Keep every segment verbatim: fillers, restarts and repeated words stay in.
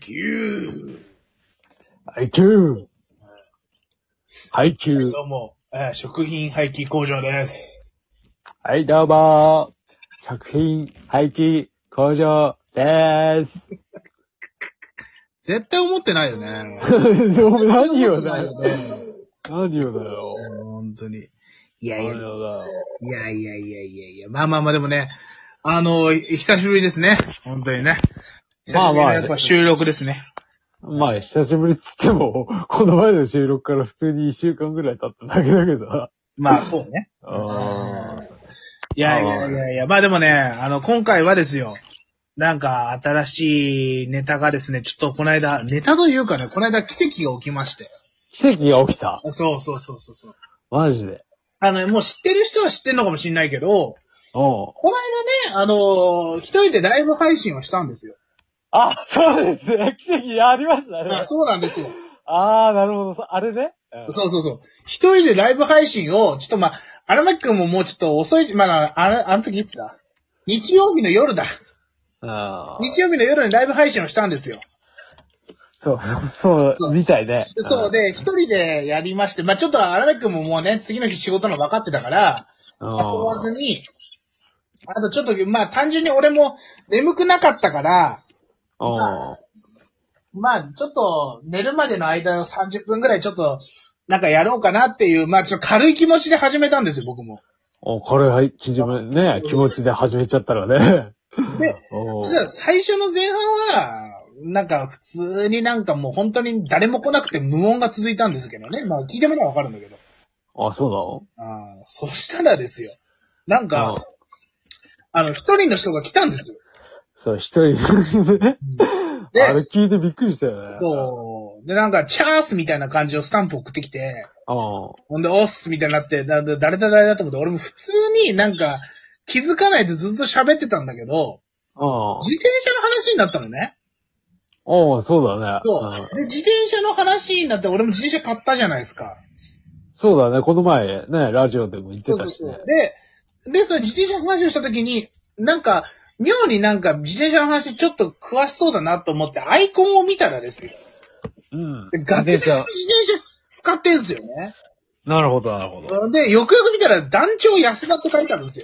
キュー。 配給配給どうも、えー食品廃棄工場です。 はい、どうも食品廃棄工場でーす。 絶対思ってないよね。 何よだよ。 ね。 何よだよ。 本当に。いやいや、 何よだよ。 いやいやいやいやいや、まあまあまあでもね、あの、久しぶりですね。本当にね。久しぶりのやっぱ収録ですね。 まあ、久しぶりっつっても、この前の収録から普通に一週間ぐらい経っただけだけど。 まあ、そうね。 あいやいやいやいや、まあでもね、あの、今回はですよ。なんか、新しいネタがですね、ちょっとこの間、ネタというかね、この間奇跡が起きまして。 奇跡が起きた。 そうそうそうそうそう。 マジで。 あの、もう知ってる人は知ってるのかもしれないけど、 おう。 この間ね、あの、一人でライブ配信をしたんですよ。 あ、そうですね。奇跡ありましたね。 あ、そうなんですよ。 ああ、なるほど。あれね。うん、 そうそうそう。一人でライブ配信を、ちょっとまあ、荒牧くんももうちょっと遅い、まあ、あれ、あの時いつだ日曜日の夜だ。 あ日曜日の夜にライブ配信をしたんですよ。 そう、そう、そうみたいね。 そうで、一人でやりまして、まあちょっと荒牧くんももうね、次の日仕事の分かってたから、誘わずに、あとちょっと、まあ単純に俺も眠くなかったから、まあ、まあ、ちょっと寝るまでの間のさんじゅっぷんぐらいちょっと、なんかやろうかなっていう、まあちょっと軽い気持ちで始めたんですよ、僕も。 お、これは、気持ちね、気持ちで始めちゃったらね。 で、そしたら最初の前半は、なんか普通になんかもう本当に誰も来なくて無音が続いたんですけどね。まあ聞いてもらえばわかるんだけど。 あ、そうああ、そしたらですよ。なんか、あの、一人の人が来たんですよ。 そう、一人で、 で、 あれ聞いてびっくりしたよね。 そう。で、なんか、チャースみたいな感じのスタンプ送ってきて、 ああ。 ほんで、オッスみたいになって、だだ誰だ誰だと思って、俺も普通になんか、気づかないでずっと喋ってたんだけど、 ああ。 自転車の話になったのね。 ああ、そうだね。 そう。で、自転車の話になって、俺も自転車買ったじゃないですか。 そうだね、この前ね、ラジオでも言ってたしね。 そうそうそうで、で、その自転車の話をしたときに、なんか、妙になんか自転車の話ちょっと詳しそうだなと思ってアイコンを見たらですよ。 うん。 で、学生の自転車使ってんすよね。 なるほど、なるほど。 で、よくよく見たら団長安田って書いてあるんですよ。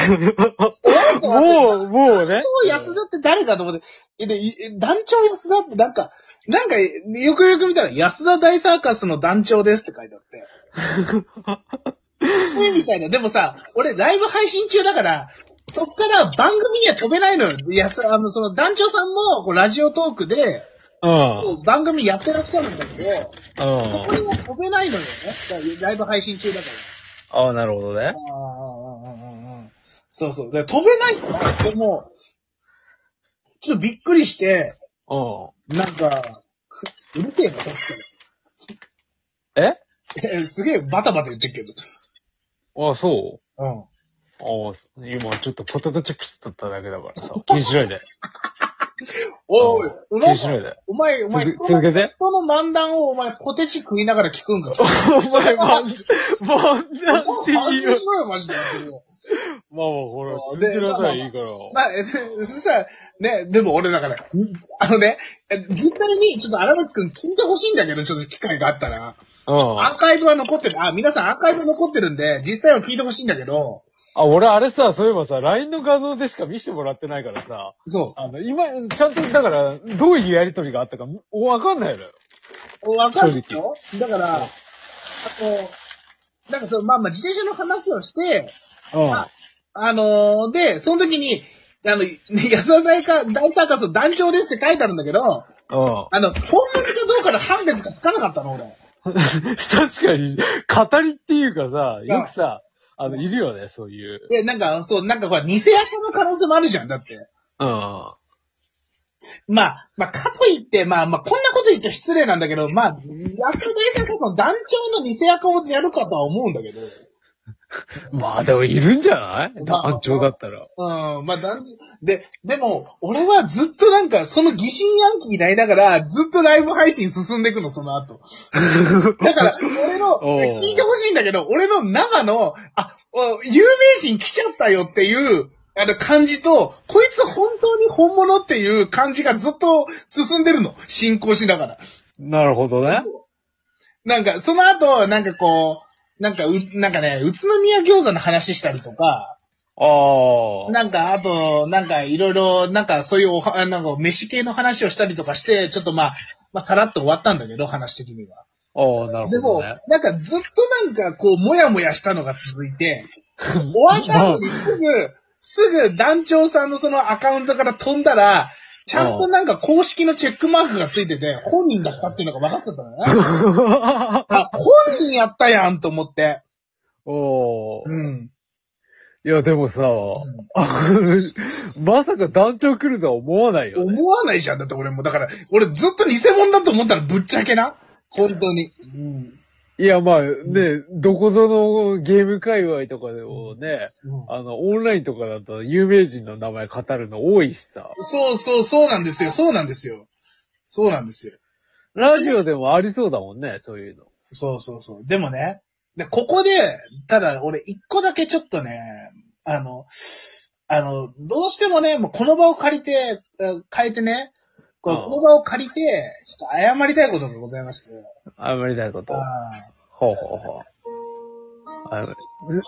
もう、もうね。 団長安田って誰だと思って。で、団長安田ってなんか、なんか、よくよく見たら安田大サーカスの団長ですって書いてあって。えみたいな。でもさ、俺ライブ配信中だから、そっから番組には飛べないのよ。いや、あの、その団長さんも、こう、ラジオトークで、 うん。 番組やってらっしゃるんだけど、 うん。 そこには飛べないのよね。ライブ配信中だから。 ああ、なるほどね。 ああ、そうそう。で飛べないから、でも、ちょっとびっくりして、 うん。 なんか、うるせえな、確かえに。え、すげえバタバタ言ってるけど。 ああ、そううん。 ああ、今ちょっとポテトチップス取っただけだからさ。気にしないで。 おい、 気にしないで。 お前、お前、 続けて。 人の漫談をお前ポテチ食いながら聞くんか。 お前、漫談、漫談っていいよ。 よ、マジで。 まあまあ、ほら、続けなさい、いいから。 まあ、そしたら、ね、でも俺だから、あのね、実際にちょっと荒牧くん聞いてほしいんだけど、ちょっと機会があったら。 うん。 アーカイブは残ってる。あ、皆さんアーカイブ残ってるんで、実際は聞いてほしいんだけど。 あ、俺あれさ、そういえばさ、ライン の画像でしか見せてもらってないからさ。 そう。 あの、今、ちゃんと、だから、どういうやりとりがあったか、わかんないのよ。 わかるよ。だから、あの、なんかその、まあまあ自転車の話をして、 うん。 あ、あのー、で、その時に、あの、安田大か、大サーカスの団長ですって書いてあるんだけど、うん。あの、本物かどうかの判別がつかなかったの、俺。 確かに、語りっていうかさ、よくさ、あの、いるよね、そういう。 で、なんか、そう、なんかほら、偽役の可能性もあるじゃん、だって。 うん。 まあ、まあ、かといって、まあまあ、こんなこと言っちゃ失礼なんだけど、まあ、安田大サーカスの団長の偽役をやるかとは思うんだけど。 まあでもいるんじゃない団長だったら。 うん、まあ団長。で、でも、俺はずっとなんか、その疑心暗鬼になりながら、ずっとライブ配信進んでいくの、その後。だから、俺の、聞いてほしいんだけど、俺の生の、あ、有名人来ちゃったよっていう、 あの感じと、こいつ本当に本物っていう感じがずっと進んでるの。進行しながら。 なるほどね。 なんか、その後、なんかこう、なんか、う、なんかね、宇都宮餃子の話したりとか、 ああ。 なんか、あと、なんか、いろいろ、なんか、そういうおは、なんか、飯系の話をしたりとかして、ちょっとまあ、まあ、さらっと終わったんだけど、話的には。 ああ、なるでもほどね。、 なんかずっとなんか、こう、もやもやしたのが続いて、終わった後にすぐ、すぐ団長さんのそのアカウントから飛んだら、ちゃんとなんか公式のチェックマークがついてて、本人だったっていうのが分かってたのね。あ、本人やったやんと思って。 おー。 うん。 いや、でもさ、まさか団長来るとは思わないよね。 思わないじゃん。だって俺も。だから、俺ずっと偽物だと思ったらぶっちゃけな。本当に。うん。 いや、まあね、どこぞのゲーム界隈とかでもね、 うん、 あの、オンラインとかだと有名人の名前語るの多いしさ。 そうそう、そうなんですよ。そうなんですよ。そうなんですよ。 ラジオでもありそうだもんね、そういうの。 そうそうそう。でもね、で、ここで、ただ俺一個だけちょっとね、あの、あの、どうしてもね、もうこの場を借りて、変えてね、この場を借りて、ちょっと謝りたいことがございまして。 謝りたいこと。 あほうほうほう。あの、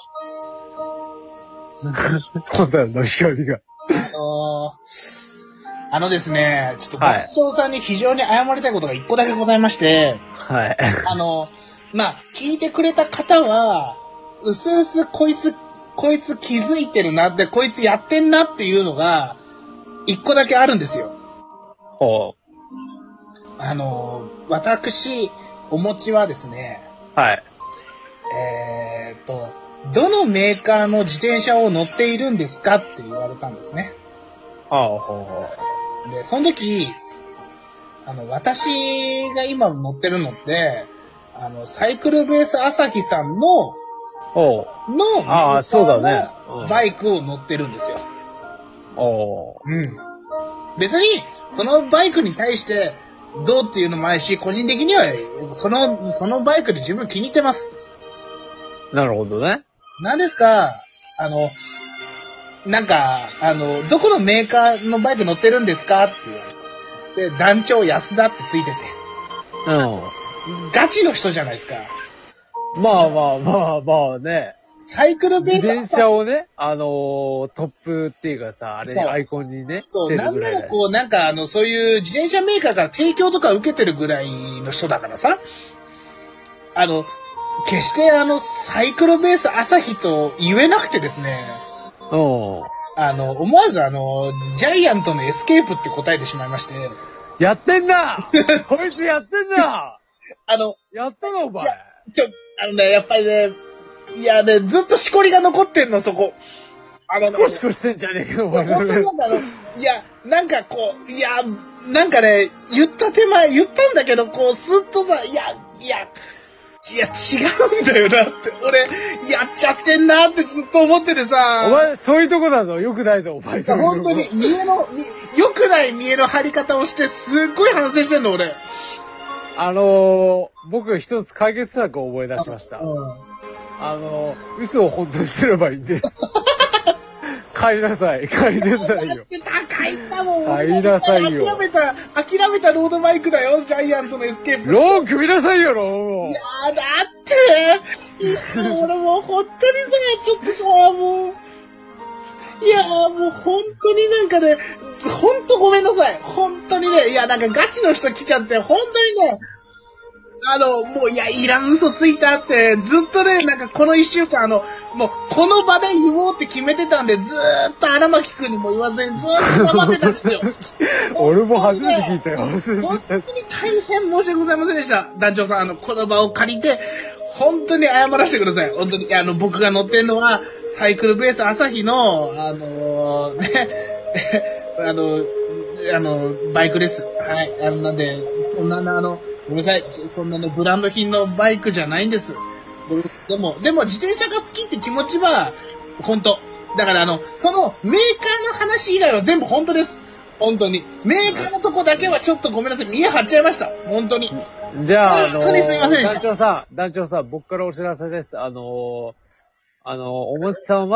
今度の光が。 あのー、あのですね、ちょっとはい団長さんに非常に謝りたいことが一個だけございまして、 はい。 あの、まあ、聞いてくれた方は、うすうすこいつ、こいつ気づいてるなって、こいつやってんなっていうのが、一個だけあるんですよ。 ほう。 あの、私、お持ちはですね、 はい。 えーっと、どのメーカーの自転車を乗っているんですかって言われたんですね。 ああ、ほうほで、その時、あの、私が今乗ってるのって、あの、サイクルベース朝日さんの、 う。ほう。 の、 ああ、そうだね。うん、 バイクを乗ってるんですよ。 おー。 うん。別に、そのバイクに対して、どうっていうのもあるし、個人的には、その、そのバイクで十分気に入ってます。 なるほどね。 なんですか、あの、なんか、あの、どこのメーカーのバイク乗ってるんですかって言われて。で、団長安田ってついてて。 うん。 ガチの人じゃないですか。 まあまあまあまあね。 サイクルベー自カー。 転車をね、あのー、トップっていうかさ、あれ、 そうアイコンにね、 そう、 してなんるぐらいだし。 ならこう、なんかあの、そういう自転車メーカーから提供とか受けてるぐらいの人だからさ。あの、決してあの、サイクルベース朝日と言えなくてですね。 うん。 あの、思わずあの、ジャイアントのエスケープって答えてしまいまして。 やってんなこいつやってんなあの、 やったのお前。 いやちょ、あのね、やっぱりね、いやね、ずっとしこりが残ってんの、そこ。あの、 シコシコしてんじゃねえか、お前。 本当になんかあの、いや、なんかこう、いや、なんかね、言った手前、言ったんだけど、こう、スッとさ、いや、いや、いや、違うんだよなって、俺、やっちゃってんなってずっと思っててさ。 お前、そういうとこだぞ。よくないぞ、お前。 本当に、見えの、良くない見えの張り方をして、すっごい反省してんの、俺。 あのー、僕一つ解決策を思い出しました。 うん、 あのー、嘘を本当にすればいいんです。買いなさい、買いなさいよ。 高いんだもん。 買いなさいよ。 諦めた、諦めたロードバイクだよ、ジャイアントのエスケープ。 ローン組みなさいよ、ローンを。 いやー、だって、いや、俺もう本当にさ、ちょっとさ、もう、いやー、もう本当になんかね、本当ごめんなさい。本当にね、いや、なんかガチの人来ちゃって、本当にね、あの、もう、いや、いらん嘘ついたって、ずっとね、なんかこの一週間、あの、もう、この場で言おうって決めてたんで、ずーっと荒牧くんにも言わずに、ずーっと黙ってたんですよ。 俺も初めて聞いたよ。 本当に大変申し訳ございませんでした。団長さん、あの、この場を借りて、本当に謝らせてください。本当に、あの、僕が乗ってるのは、サイクルベース朝日の、あのー、ね、あの、あの、バイクです。はい。あの、なんで、そんな、あの、ごめんなさい。そんなね、ブランド品のバイクじゃないんです。でも、でも自転車が好きって気持ちは、本当。だからあの、そのメーカーの話以外は全部本当です。本当に。メーカーのとこだけはちょっとごめんなさい。見え張っちゃいました。本当に。 じゃあ、あのー、 本当にすいませんでした。 団長さん、団長さん、僕からお知らせです。あのー、あのー、おもちさんは、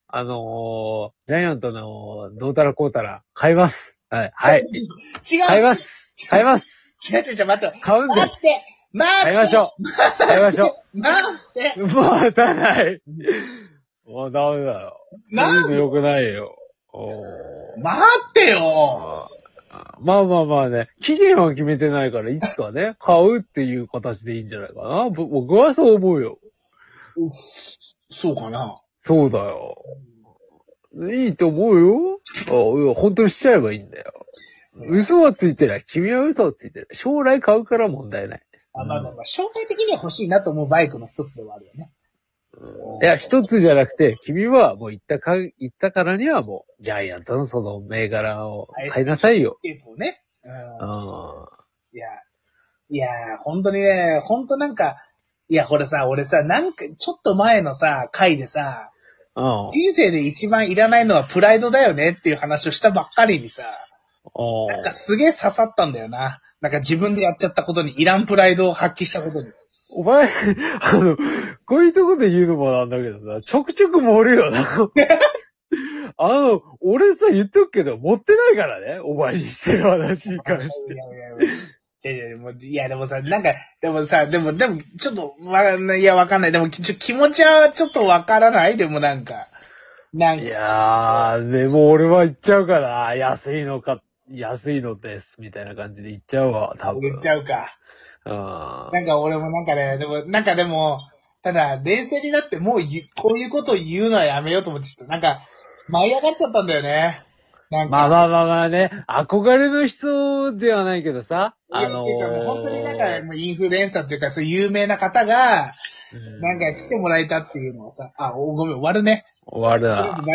あのー、ジャイアントのどうたらこうたら買います。はい。はい。 違う。 買います。買います。 違う違う違う、待って。 買うんです。 待って。待って。 買いましょう。買いましょう。待って。 待たない。もうダメだよ。そういうの良くないよ。お待ってよ。 まあまあまあね、期限は決めてないから、いつかね、買うっていう形でいいんじゃないかな。僕はそう思うよ。 そうかな。 そうだよ。いいと思うよ。あ、いや本当にしちゃえばいいんだよ。嘘はついてない。君は嘘をついてない。将来買うから問題ない。 あ、まあまあまあ、将来的には欲しいなと思うバイクの一つではあるよね。 いや、一つじゃなくて、君はもう言ったか、言ったからにはもう、ジャイアントのその銘柄を買いなさいよ。 テープをね。うん。 あいや、いや、本当にね、本当なんか、いや、これさ、俺さ、なんか、ちょっと前のさ、回でさ、 あ人生で一番いらないのはプライドだよねっていう話をしたばっかりにさ、なんかすげえ刺さったんだよな。なんか自分でやっちゃったことに、いらんプライドを発揮したことに。 お前、あの、こういうとこで言うのもなんだけどさ、ちょくちょく盛るよな。あの、俺さ、言っとくけど、持ってないからね、お前にしてる話に関して。いやいやいや。 違う違う、もう、いや、でもさ、なんか、でもさ、でも、でも、ちょっと、わ、いや、わかんない。でも、ちょ気持ちはちょっとわからないでもなんか。なんか。 いやー、でも俺は言っちゃうから、安いのか、安いのです、みたいな感じで言っちゃうわ、多分。 言っちゃうか。 うん。 なんか俺もなんかね、でも、なんかでも、ただ、冷静になってもうこういうことを言うのはやめようと思ってちょっと、なんか、舞い上がっちゃったんだよね。なんか。 まあまあまあまあね、憧れの人ではないけどさ、 あのー、いや、もう本当になんか、もうインフルエンサーっていうか、そういう有名な方が、なんか来てもらえたっていうのはさ、あ、ごめん、終わるね。 終わるな。